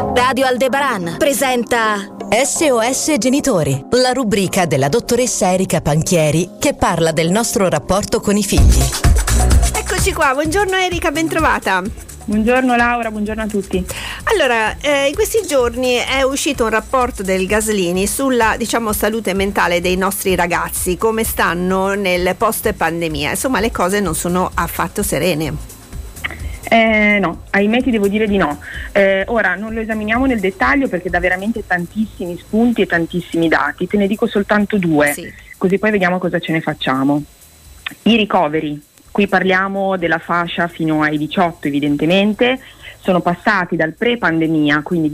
Radio Aldebaran presenta SOS Genitori, la rubrica della dottoressa Erika Panchieri che parla del nostro rapporto con i figli. Eccoci qua, buongiorno Erika, bentrovata. Buongiorno Laura, buongiorno a tutti. Allora, in questi giorni è uscito un rapporto del Gaslini sulla, salute mentale dei nostri ragazzi, come stanno nel post pandemia. Insomma, le cose non sono affatto serene. No, ahimè ti devo dire di no. Ora non lo esaminiamo nel dettaglio perché dà veramente tantissimi spunti e tantissimi dati. Te ne dico soltanto due, sì, così poi vediamo cosa ce ne facciamo. I ricoveri, qui parliamo della fascia fino ai 18 evidentemente, sono passati dal pre-pandemia, quindi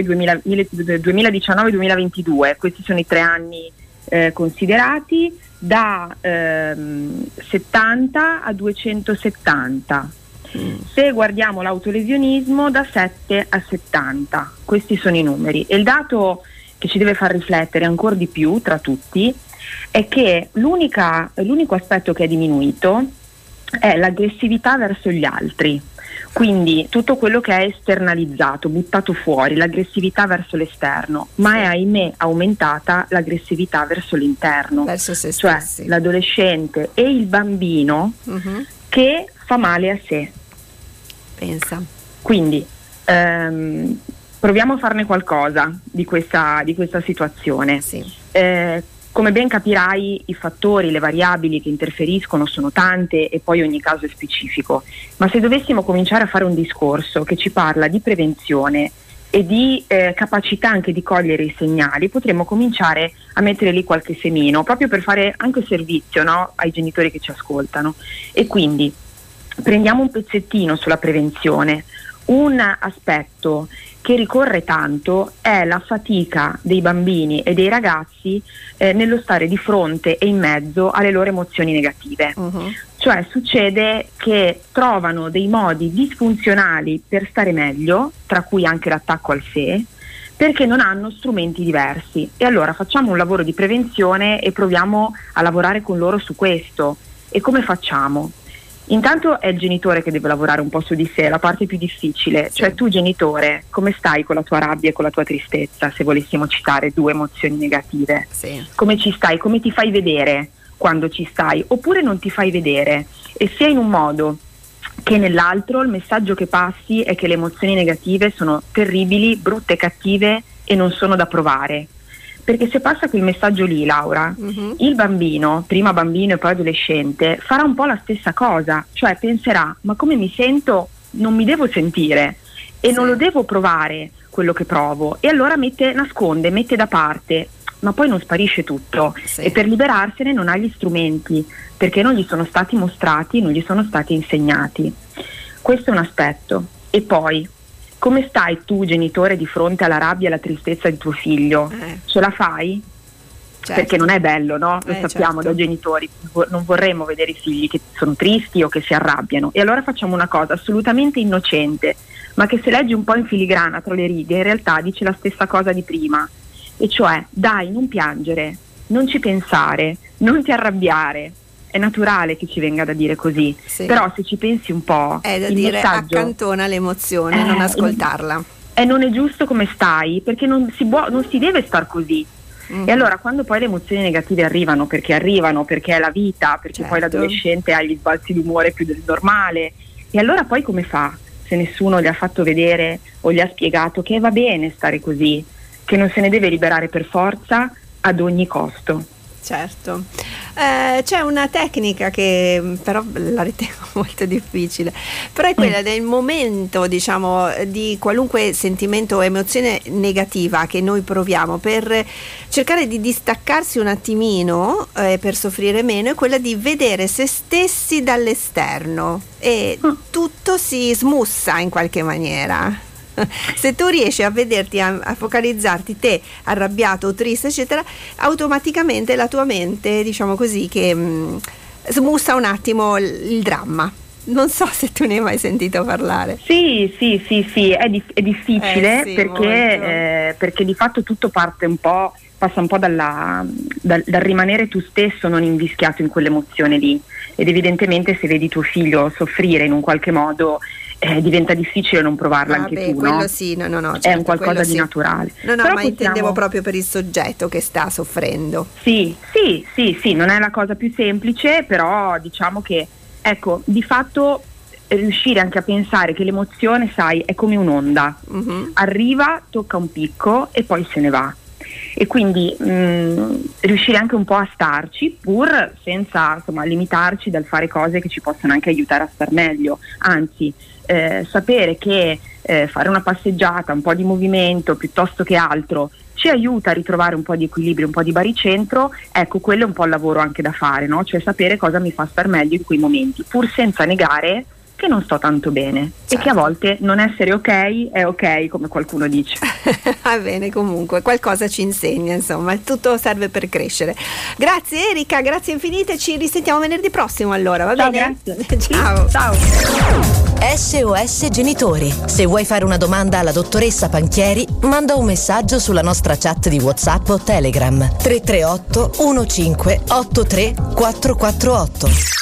2019-2022, questi sono i 3 anni considerati, da 70 a 270. Se guardiamo l'autolesionismo, da 7 a 70, questi sono i numeri. E il dato che ci deve far riflettere ancora di più tra tutti è che l'unico aspetto che è diminuito è l'aggressività verso gli altri, quindi tutto quello che è esternalizzato, buttato fuori, l'aggressività verso l'esterno, ma è ahimè aumentata l'aggressività verso l'interno, verso se cioè stessi. L'adolescente e il bambino che fa male a sé. Pensa. Quindi proviamo a farne qualcosa di questa situazione. Sì. Come ben capirai, i fattori, le variabili che interferiscono sono tante e poi ogni caso è specifico, ma se dovessimo cominciare a fare un discorso che ci parla di prevenzione e di capacità anche di cogliere i segnali, potremmo cominciare a mettere lì qualche semino, proprio per fare anche servizio, no, ai genitori che ci ascoltano. E quindi prendiamo un pezzettino sulla prevenzione. Un aspetto che ricorre tanto è la fatica dei bambini e dei ragazzi nello stare di fronte e in mezzo alle loro emozioni negative. Cioè succede che trovano dei modi disfunzionali per stare meglio, tra cui anche l'attacco al sé, perché non hanno strumenti diversi. E allora facciamo un lavoro di prevenzione e proviamo a lavorare con loro su questo. E come facciamo? Intanto è il genitore che deve lavorare un po' su di sé, la parte più difficile, sì. Cioè tu genitore, come stai con la tua rabbia e con la tua tristezza, se volessimo citare 2 emozioni negative? Sì. Come ci stai? Come ti fai vedere quando ci stai? Oppure non ti fai vedere? E sia in un modo che nell'altro il messaggio che passi è che le emozioni negative sono terribili, brutte, cattive e non sono da provare. Perché se passa quel messaggio lì, Laura, il bambino, prima bambino e poi adolescente, farà un po' la stessa cosa, cioè penserà: ma come mi sento? Non mi devo sentire e non lo devo provare quello che provo, e allora nasconde, mette da parte, ma poi non sparisce tutto, e per liberarsene non ha gli strumenti, perché non gli sono stati mostrati, non gli sono stati insegnati. Questo è un aspetto. E poi, come stai tu genitore di fronte alla rabbia e alla tristezza di tuo figlio? Ce la fai? Certo. Perché non è bello, no? Lo sappiamo, certo. Da genitori non vorremmo vedere i figli che sono tristi o che si arrabbiano, e allora facciamo una cosa assolutamente innocente, ma che se leggi un po' in filigrana tra le righe in realtà dice la stessa cosa di prima, e cioè: dai, non piangere, non ci pensare, non ti arrabbiare. È naturale che ci venga da dire così, però se ci pensi un po', è da il dire messaggio, accantona l'emozione, non ascoltarla. E non è giusto come stai, perché non si deve star così. E allora quando poi le emozioni negative arrivano perché è la vita, perché poi l'adolescente ha gli sbalzi di umore più del normale, e allora poi come fa se nessuno gli ha fatto vedere o gli ha spiegato che va bene stare così, che non se ne deve liberare per forza ad ogni costo? Certo. C'è una tecnica che però la ritengo molto difficile, però è quella del momento, di qualunque sentimento o emozione negativa che noi proviamo, per cercare di distaccarsi un attimino, per soffrire meno, è quella di vedere se stessi dall'esterno, e tutto si smussa in qualche maniera. Se tu riesci a vederti, a focalizzarti te arrabbiato o triste eccetera, automaticamente la tua mente, che smussa un attimo il dramma. Non so se tu ne hai mai sentito parlare. Sì, è difficile, perché di fatto tutto passa un po' dal rimanere tu stesso non invischiato in quell'emozione lì, ed evidentemente se vedi tuo figlio soffrire in un qualche modo diventa difficile non provarla anche tu, quello no? sì, no, certo, è un qualcosa di sì. naturale. No, però ma intendevo proprio per il soggetto che sta soffrendo. Sì, non è la cosa più semplice, però diciamo che, ecco, di fatto riuscire anche a pensare che l'emozione, sai, è come un'onda, arriva, tocca un picco e poi se ne va. E quindi riuscire anche un po' a starci, pur senza, insomma, limitarci dal fare cose che ci possono anche aiutare a star meglio, anzi sapere che fare una passeggiata, un po' di movimento piuttosto che altro ci aiuta a ritrovare un po' di equilibrio, un po' di baricentro. Ecco, quello è un po' il lavoro anche da fare, no? Cioè sapere cosa mi fa star meglio in quei momenti, pur senza negare che non sto tanto bene, certo. E che a volte non essere ok è ok, come qualcuno dice. Va bene, comunque qualcosa ci insegna, insomma, tutto serve per crescere. Grazie Erika, grazie infinite, ci risentiamo venerdì prossimo allora, va bene? Grazie. Ciao. SOS Genitori. Se vuoi fare una domanda alla dottoressa Panchieri, manda un messaggio sulla nostra chat di WhatsApp o Telegram 338 15 83 448.